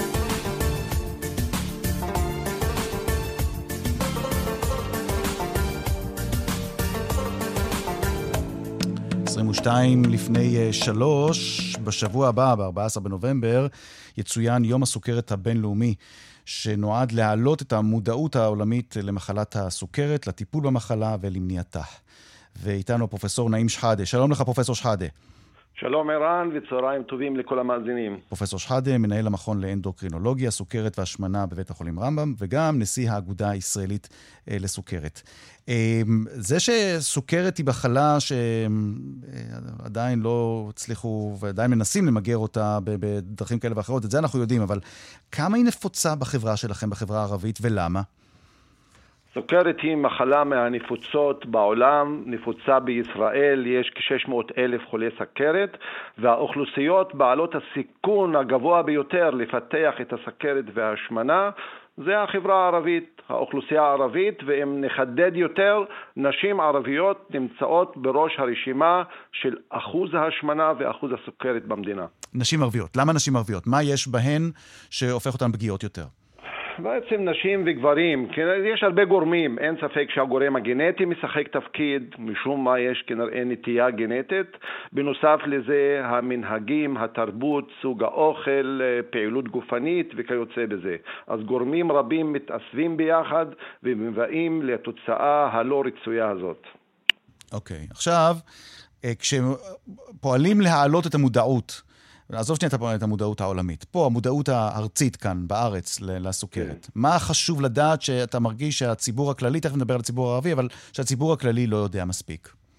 לפני 3, בשבוע הבא, ב-14 בנובמבר, יצוין יום הסוכרת הבינלאומי, שנועד להעלות את המודעות העולמית למחלת הסוכרת, לטיפול במחלה ולמניעתה. ואיתנו הפרופסור נעים שחאדה. שלום לך, פרופסור שחאדה. שלום ערן וצהריים טובים לכל המאזינים. פרופסור שחאדה, מנהל המכון לאנדוקרינולוגיה, סוכרת והשמנה בבית החולים רמב"ם, וגם נשיא האגודה הישראלית לסוכרת. זה שסוכרת היא מחלה שעדיין לא הצליחו ועדיין מנסים למגר אותה בדרכים כאלה ואחרות, את זה אנחנו יודעים, אבל כמה היא נפוצה בחברה שלכם, בחברה הערבית, ולמה? סוכרת היא מחלה מהנפוצות בעולם, נפוצה בישראל, יש כ-600,000 חולי סוכרת, והאוכלוסיות בעלות הסיכון הגבוה ביותר לפתח את הסוכרת וההשמנה, זה החברה הערבית, האוכלוסייה הערבית, ואם נחדד יותר, נשים ערביות נמצאות בראש הרשימה של אחוז ההשמנה ואחוז הסוכרת במדינה. נשים ערביות, למה נשים ערביות? מה יש בהן שהופך אותן פגיעות יותר? בעצם נשים וגברים, יש הרבה גורמים, אין ספק שהגורם הגנטי משחק תפקיד, משום מה יש כנראה נטייה גנטית, בנוסף לזה המנהגים, התרבות, סוג האוכל, פעילות גופנית וכיוצא בזה. אז גורמים רבים מתאספים ביחד ומביאים לתוצאה הלא רצויה הזאת. אוקיי, עכשיו, כשפועלים להעלות את המודעות, נעזוב שנייה את המודעות העולמית. פה, המודעות הארצית כאן, בארץ, לסוכרת. מה חשוב לדעת שאתה מרגיש שהציבור הכללי, תכף נדבר על הציבור הערבי, אבל שהציבור הכללי לא יודע מספיק?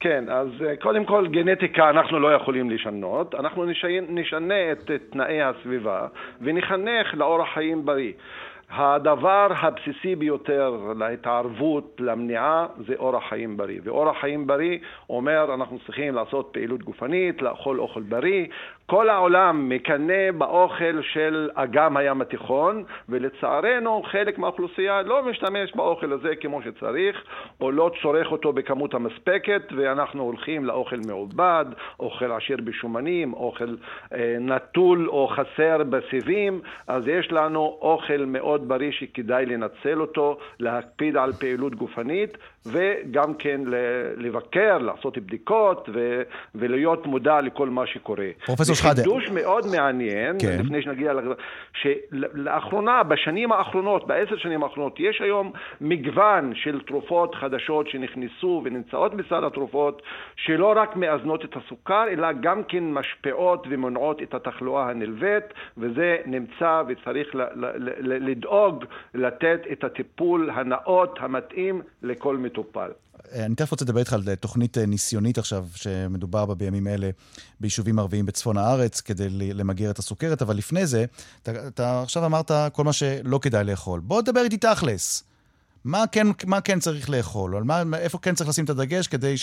כן, אז קודם כל גנטיקה אנחנו לא יכולים לשנות, אנחנו נשנה את תנאי הסביבה ונחנך לאורח חיים בריא. הדבר הבסיסי ביותר להתערבות, למניעה, זה אורח חיים בריא. ואורח חיים בריא אומר אנחנו צריכים לעשות פעילות גופנית, לאכול אוכל בריא. כל העולם מקנה באוכל של אגם הים התיכון, ולצערנו חלק מהאוכלוסייה לא משתמש באוכל הזה כמו שצריך, או לא צורך אותו בכמות המספקת, ואנחנו הולכים לאוכל מעובד, אוכל עשיר בשומנים, אוכל נטול או חסר בסיבים. אז יש לנו אוכל מאוד בריא שכדאי לנצל אותו, להקפיד על פעילות גופנית, וגם כן לבקר, לעשות בדיקות ולהיות מודע לכל מה שקורה. פרופסור שחאדה. חידוש מאוד מעניין, כן. לפני שנגיע שלאחרונה, בשנים האחרונות, ב10 שנים האחרונות, יש היום מגוון של תרופות חדשות שנכנסו ונמצאות בסל התרופות, שלא רק מאזנות את הסוכר, אלא גם כן משפיעות ומונעות את התחלואה הנלווית, וזה נמצא וצריך לדאוג לתת את הטיפול הנאות המתאים לכל מטופל. אני תכף רוצה לדבר איתך על תוכנית ניסיונית עכשיו, שמדובר בה בימים אלה ביישובים ערביים בצפון הארץ, כדי למגר את הסוכרת, אבל לפני זה, אתה עכשיו אמרת כל מה שלא כדאי לאכול. בוא תדבר איתי תכלס. מה כן צריך לאכול? איפה כן צריך לשים את הדגש, כדי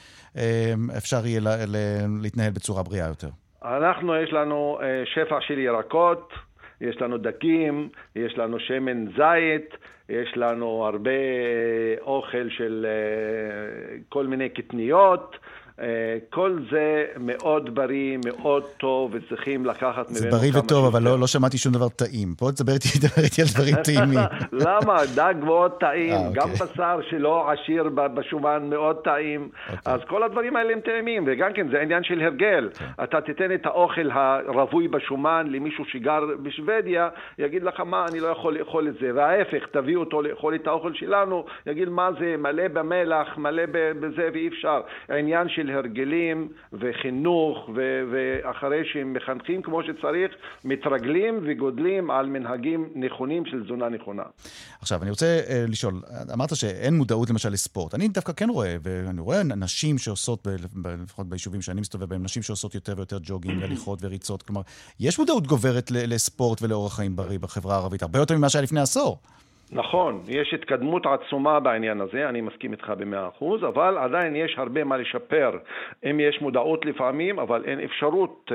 שאפשר יהיה להתנהל בצורה בריאה יותר? יש לנו שפע של ירקות, יש לנו דקים, יש לנו שמן זית, יש לנו הרבה אוכל של כל מיני קטניות. כל זה מאוד בריא, מאוד טוב, וצריכים לקחת ממנו כמה... זה בריא וטוב, אבל לא שמעתי שום דבר טעים. פה תדבר איתי על דברים טעימים. למה? דג מאוד טעים, גם בשר שלא עשיר בשומן מאוד טעים. אז כל הדברים האלה הם טעימים, וגם כן זה עניין של הרגל. אתה תיתן את האוכל הרווי בשומן למישהו שגר בשוודיה, יגיד לך מה, אני לא יכול לאכול את זה. וההפך, תביא אותו לאכול את האוכל שלנו, יגיד מה זה, מלא במלח, מלא בזה, ואי אפשר. העניין של הרגלים וחינוך, ואחרי שהם מחנכים כמו שצריך, מתרגלים וגודלים על מנהגים נכונים של תזונה נכונה. עכשיו, אני רוצה לשאול, אמרת שאין מודעות למשל לספורט. אני דווקא כן רואה, ואני רואה נשים שעושות, לפחות ביישובים שאני מסתובב בהם, נשים שעושות יותר ויותר ג'וגינג, הליכות וריצות. כלומר, יש מודעות גוברת לספורט ולאורח חיים בריא בחברה הערבית, הרבה יותר ממה שהיה לפני עשור. נכון, יש התקדמות עצומה בעניין הזה, אני מסכים איתך ב100%, אבל עדיין יש הרבה מה לשפר. אם יש מודעות לפעמים, אבל אין אפשרות,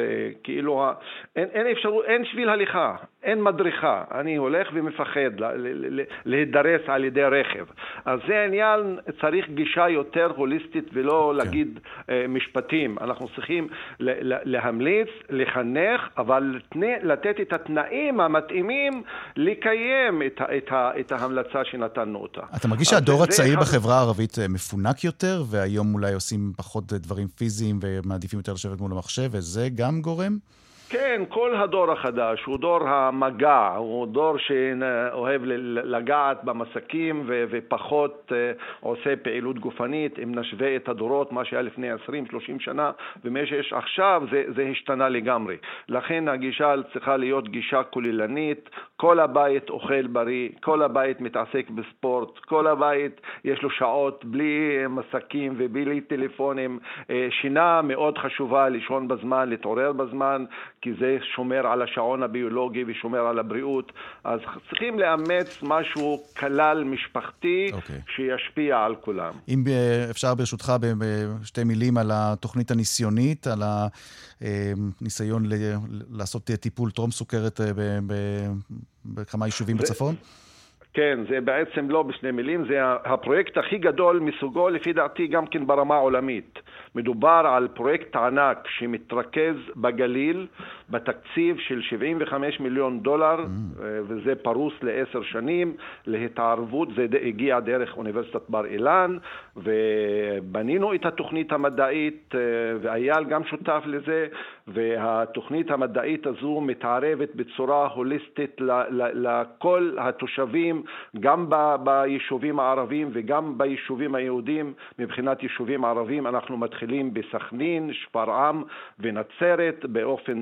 אין אפשרות, אין שביל הליכה, אין מדריכה. אני הולך ומפחד להידרס על ידי רכב. אז זה עניין, צריך גישה יותר הוליסטית ולא להגיד משפטים. אנחנו צריכים להמליץ, לחנך, אבל לתת את התנאים המתאימים לקיים את ההמלצה שנתנו אותה. אתה מרגיש שהדור הצעיר בחברה הערבית מפונק יותר, והיום אולי עושים פחות דברים פיזיים ומעדיפים יותר לשבת מול המחשב, וזה גם גורם? כן, כל הדור החדש הוא דור המגע, הוא דור שאוהב לגעת במסכים ופחות עושה פעילות גופנית. אם נשווה את הדורות, מה שהיה לפני 20-30 שנה, ומה שיש עכשיו, זה השתנה לגמרי. לכן הגישה צריכה להיות גישה כוללנית, כל הבית אוכל בריא, כל הבית מתעסק בספורט, כל הבית יש לו שעות בלי מסכים ובלי טלפונים. שינה מאוד חשובה, לישון בזמן, להתעורר בזמן, כי זה שומר על השעון הביולוגי ושומר על הבריאות. אז צריכים לאמץ משהו כלל משפחתי שישפיע על כולם. אם אפשר ברשותך בשתי מילים על התוכנית הניסיונית, על הניסיון לעשות טיפול טרום סוכרת בכמה יישובים בצפון? כן, זה בעצם לא בשני מילים, זה הפרויקט הכי גדול מסוגו לפי דעתי גם כן ברמה עולמית. מדובר על פרויקט ענק שמתרכז בגליל בתקציב של $75 מיליון, וזה פרוס ל10 שנים להתערבות. זה הגיע דרך אוניברסיטת בר אילן, ובנינו את התוכנית המדעית, ואייל גם שותף לזה, והתוכנית המדעית הזו מתערבת בצורה הוליסטית לכל התושבים, גם ביישובים הערבים וגם ביישובים היהודים. מבחינת יישובים ערבים אנחנו מתחילים בסכנין, שפרעם ונצרת באופן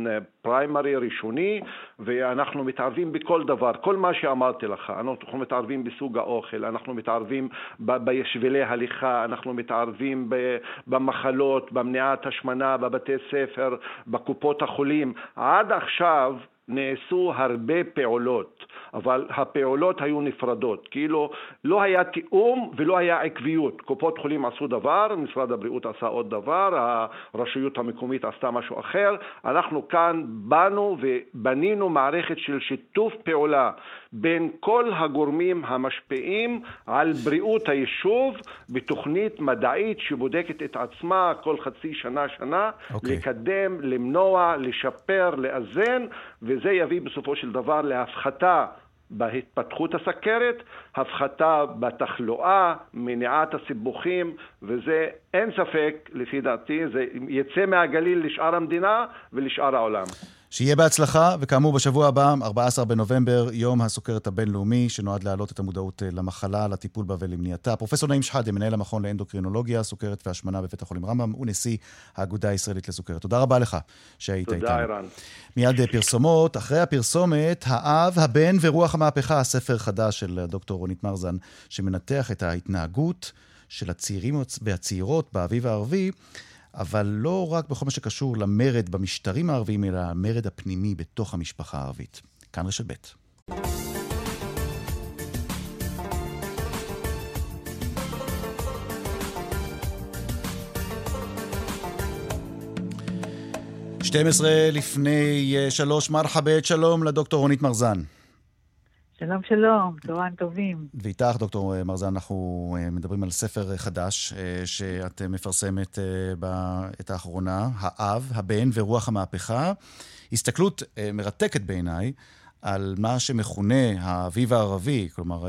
פריימרי ראשוני, ואנחנו מתערבים בכל דבר, כל מה שאמרתי לך. אנחנו מתערבים בסוג האוכל, אנחנו מתערבים בשבילי הליכה, אנחנו מתערבים במחלות, במניעת השמנה, בבתי ספר, בקופות החולים. עד עכשיו נעשו הרבה פעולות, אבל הפעולות היו נפרדות, כאילו לא היה תיאום ולא היה עקביות. קופות חולים עשו דבר, משרד הבריאות עשה עוד דבר, הרשויות המקומית עשתה משהו אחר. אנחנו כאן באנו ובנינו מערכת של שיתוף פעולה בין כל הגורמים המשפיעים על בריאות היישוב, בתוכנית מדעית שבודקת את עצמה כל חצי שנה, לקדם, למנוע, לשפר, לאזן, וזה יביא בסופו של דבר להפחתה בהתפתחות הסכרת, הפחתה בתחלואה, מניעת הסיבוכים, וזה אין ספק, לפי דעתי, זה יצא מהגליל לשאר המדינה ולשאר העולם. שיהיה בהצלחה, וכאמור בשבוע הבא, 14 בנובמבר, יום הסוכרת הבינלאומי, שנועד להעלות את המודעות למחלה, לטיפול בה ולמניעתה. פרופסור נעים שחאדה, מנהל המכון לאנדוקרינולוגיה, סוכרת והשמנה בבית החולים רמב"ם, ונשיא האגודה הישראלית לסוכרת. תודה רבה לך שהיית איתנו. תודה, ערן. מיד פרסומות, אחרי הפרסומת, האב, הבן ורוח המהפכה, הספר חדש של דוקטור רונית מרזן, שמנתח את ההתנהגות של הצעירים והצעירות באביב הערבי, אבל לא רק בכל מה שקשור למרד במשטרים הערביים, אלא המרד הפנימי בתוך המשפחה הערבית. כאן רשת ב'. לפני 3, מרחבת, שלום לדוקטור רונית מרזן. שלום, שלום, צהריים טובים. ואיתך, דוקטור מרזן, אנחנו מדברים על ספר חדש שאת מפרסמת בעת האחרונה, האב, הבן ורוח המהפכה. הסתכלות מרתקת בעיניי על מה שמכונה האביב הערבי, כלומר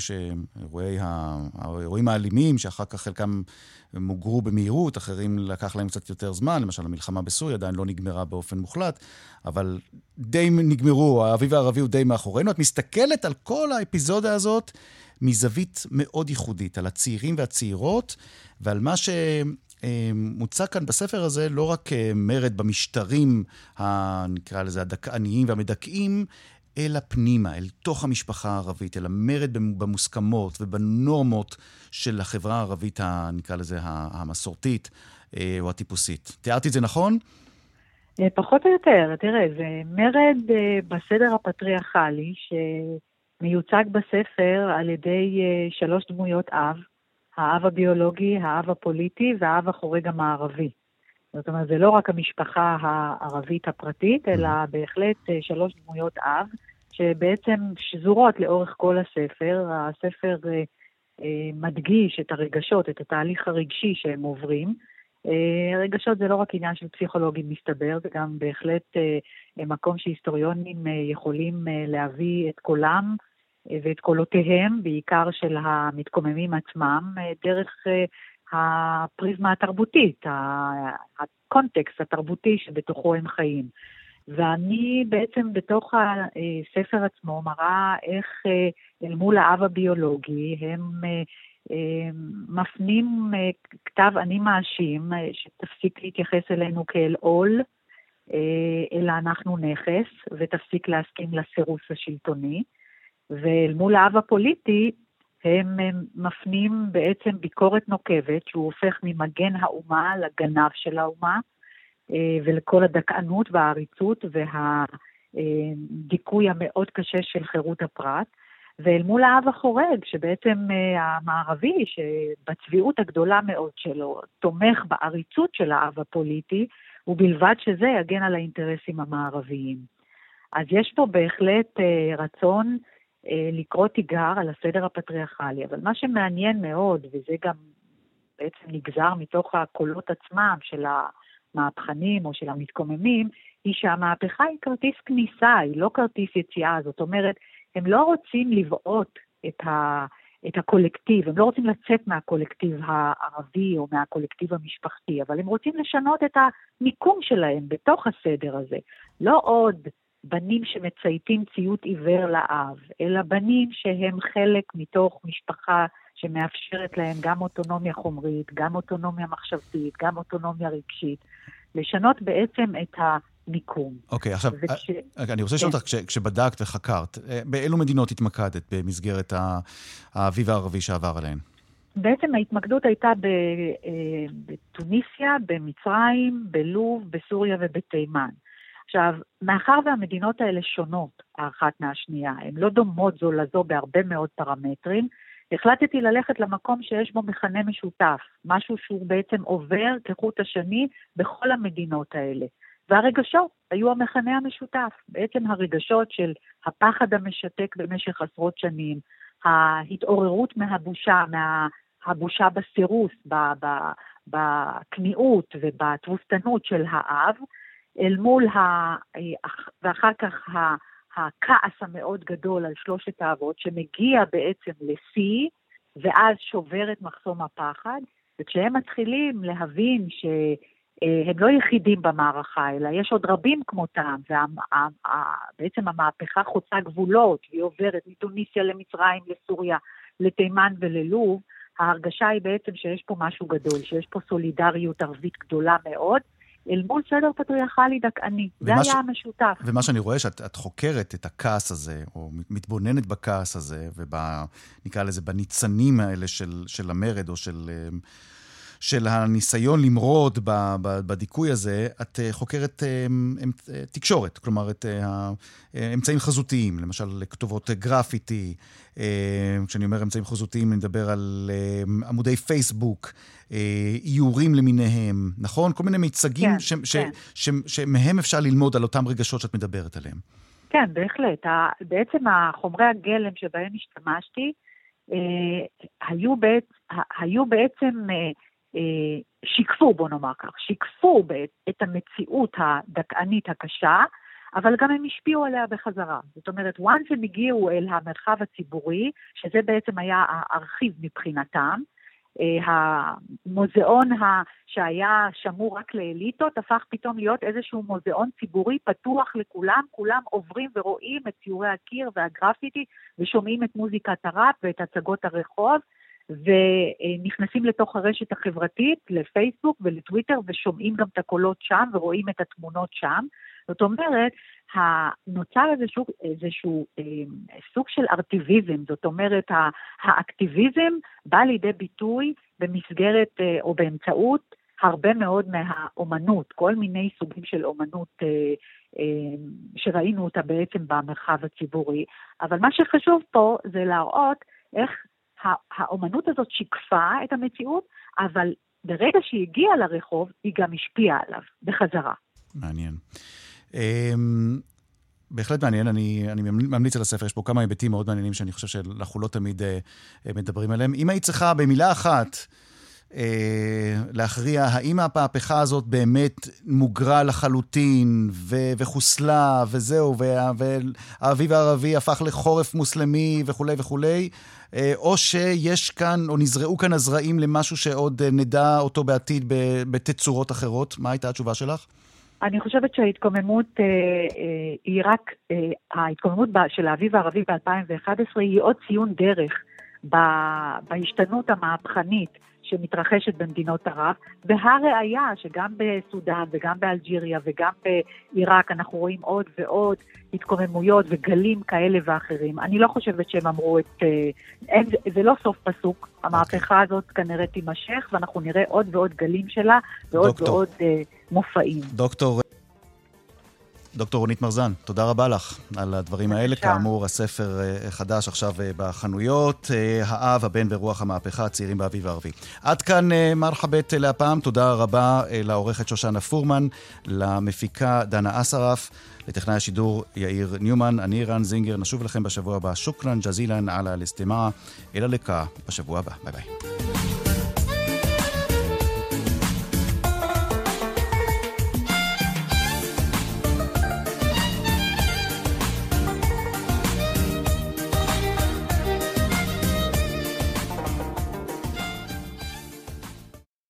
האירועים האלימים שאחר כך חלקם מוגרו במהירות, אחרים לקח להם קצת יותר זמן, למשל המלחמה בסוריה עדיין לא נגמרה באופן מוחלט, אבל די נגמרו, האביב הערבי הוא די מאחורינו. את מסתכלת על כל האפיזודה הזאת מזווית מאוד ייחודית, על הצעירים והצעירות, ועל מה שמוצע כאן בספר הזה, לא רק מרד במשטרים, נקרא לזה הדכאניים והמדכאים, אלא פנימה, אל תוך המשפחה הערבית, אל המרד במוסכמות ובנורמות של החברה הערבית, נקרא לזה המסורתית או הטיפוסית. תיארתי את זה נכון? פחות או יותר, תראה, זה מרד בסדר הפטריארכלי שמיוצג בספר על ידי 3 דמויות אב, האב הביולוגי, האב הפוליטי והאב החורג המערבי. זאת אומרת, זה לא רק המשפחה הערבית הפרטית, אלא בהחלט 3 דמויות אב, שבעצם שזורות לאורך כל הספר. הספר מדגיש את הרגשות, את התהליך הרגשי שהם עוברים. רגשות זה לא רק עניין של פסיכולוגים מסתבר, זה גם בהחלט מקום שהיסטוריונים יכולים להביא את קולם ואת קולותיהם, בעיקר של המתקוממים עצמם, דרך הפריזמה התרבותית, הקונטקסט התרבותי שבתוכו הם חיים. ואני בעצם בתוך הספר עצמו מראה איך אל מול האב הביולוגי הם מפנים כתב אני מאשים, שתפסיק להתייחס אלינו כאל עול, אלא אנחנו נכס, ותפסיק להסכים לסירוס השלטוני. ואל מול האב הפוליטי הם מפנים בעצם ביקורת נוקבת, שהוא הופך ממגן האומה לגנב של האומה, ולכל הדכאנות והעריצות והדיכוי המאוד קשה של חירות הפרט. ואל מול האב החורג, שבעצם המערבי, שבצביעות הגדולה מאוד שלו, תומך בעריצות של האב הפוליטי, ובלבד שזה יגן על האינטרסים המערביים. אז יש פה בהחלט רצון לקרוא תיגר על הסדר הפטריארכלי, אבל מה שמעניין מאוד, וזה גם בעצם נגזר מתוך הקולות עצמם של המהפכנים או של המתקוממים, היא שהמהפכה היא כרטיס כניסה, היא לא כרטיס יציאה. זאת אומרת, הם לא רוצים לבעוט את הקולקטיב, הם לא רוצים לצאת מהקולקטיב הערבי או מהקולקטיב המשפחתי, אבל הם רוצים לשנות את המיקום שלהם בתוך הסדר הזה. לא עוד בנים שמצייתים ציות עיוור לאב, אלא בנים שהם חלק מתוך משפחה שמאפשרת להם גם אוטונומיה חומרית, גם אוטונומיה מחשבתית, גם אוטונומיה רגשית. לשנות בעצם את מיקום. אוקיי, עכשיו, אני רוצה לשאול אותך, כשבדקת וחקרת, באילו מדינות התמקדת במסגרת האביב הערבי שעבר עליהן? בעצם ההתמקדות הייתה בתוניסיה, במצרים, בלוב, בסוריה ובתימן. עכשיו, מאחר והמדינות האלה שונות האחת מהשנייה, הן לא דומות זו לזו בהרבה מאוד פרמטרים, החלטתי ללכת למקום שיש בו מכנה משותף, משהו שהוא בעצם עובר כחוט השני בכל המדינות האלה. והרגשות היו המכנה המשותף, בעצם הרגשות של הפחד המשתק במשך עשרות שנים, ההתעוררות מהבושה, הבושה בסירוס, בכניעות ובתבוסתנות של האב, אל מול ואחר כך הכעס המאוד גדול על שלושת האבות, שמגיע בעצם לשיא, ואז שובר את מחסום הפחד, וכשהם מתחילים להבין שהם לא יחידים במערכה, אלא יש עוד רבים כמותם, ובעצם המהפכה חוצה גבולות, היא עוברת מתוניסיה למצרים, לסוריה, לתימן וללוב, ההרגשה היא בעצם שיש פה משהו גדול, שיש פה סולידריות ערבית גדולה מאוד, אל מול סדר פטריארכלי דכאני. זה היה המשותף. ומה שאני רואה, שאת חוקרת את הכעס הזה, או מתבוננת בכעס הזה, ונקרא לזה בניצנים האלה של המרד, או של הניסיון למרוד בדיכוי הזה, את חוקרת תקשורת, כלומר את האמצעים חזותיים, למשל כתובות גרפיטי, כשאני אומר אמצעים חזותיים, אני מדבר על עמודי פייסבוק, איורים למיניהם, נכון? כל מיני מיצגים שמהם אפשר ללמוד על אותם רגשות שאת מדברת עליהם. כן, בהחלט. בעצם החומרי הגלם שבהם השתמשתי, היו בעצם שיקפו, בוא נאמר כך, שיקפו את המציאות הדכאנית הקשה, אבל גם הם השפיעו עליה בחזרה. זאת אומרת, once הם הגיעו אל המרחב הציבורי, שזה בעצם היה הארכיב מבחינתם, המוזיאון שהיה שמור רק לאליטות, הפך פתאום להיות איזשהו מוזיאון ציבורי פתוח לכולם, כולם עוברים ורואים את ציורי הקיר והגרפיטי, ושומעים את מוזיקת הראפ ואת הצגות הרחוב, ונכנסים לתוך הרשת החברתית, לפייסבוק ולטוויטר, ושומעים גם את הקולות שם, ורואים את התמונות שם. זאת אומרת, נוצר איזשהו סוג של ארטיביזם, זאת אומרת, האקטיביזם בא לידי ביטוי במסגרת או באמצעות הרבה מאוד מהאומנות, כל מיני סוגים של אומנות שראינו אותה בעצם במרחב הציבורי. אבל מה שחשוב פה זה להראות איך האומנות הזאת שיקפה את המציאות, אבל ברגע שהיא הגיעה לרחוב, היא גם השפיעה עליו בחזרה. מעניין. בהחלט מעניין, אני ממליץ על הספר, יש פה כמה היבטים מאוד מעניינים שאני חושב שאנחנו לא תמיד מדברים עליהם. אם היית צריכה במילה אחת להכריע, האם המהפכה הזאת באמת מוגרה לחלוטין וחוסלה וזהו, והאביב הערבי הפך לחורף מוסלמי וכו' וכו', או שיש כאן, או נזרעו כאן הזרעים למשהו שעוד נדע אותו בעתיד בתצורות אחרות? מה הייתה התשובה שלך? אני חושבת שההתקוממות היא רק, ההתקוממות של האביב הערבי ב-2011 היא עוד ציון דרך בהשתנות המהפכנית שמתרחשת במדינות ערב, והראיה שגם בסודן וגם באלג'יריה וגם בעיראק אנחנו רואים עוד ועוד התקוממויות וגלים כאלה ואחרים. אני לא חושבת שהם אמרו זה לא סוף פסוק, המהפכה הזאת כנראה תימשך ואנחנו נראה עוד ועוד גלים שלה ועוד ועוד מופעים. דוקטור רונית מרזן, תודה רבה לך על הדברים האלה. כאמור, הספר חדש עכשיו בחנויות, האב, הבן ורוח המהפכה, הצעירים באביב הערבי. עד כאן מרחבת להפעם, תודה רבה לעורכת שושנה פורמן, למפיקה דנה אסרף, לטכנאי השידור יאיר ניומן, אני רן זינגר, נשוב לכם בשבוע הבא. שוקרן ג'זילן על הלסטימה, אלא לקה בשבוע הבא. ביי ביי.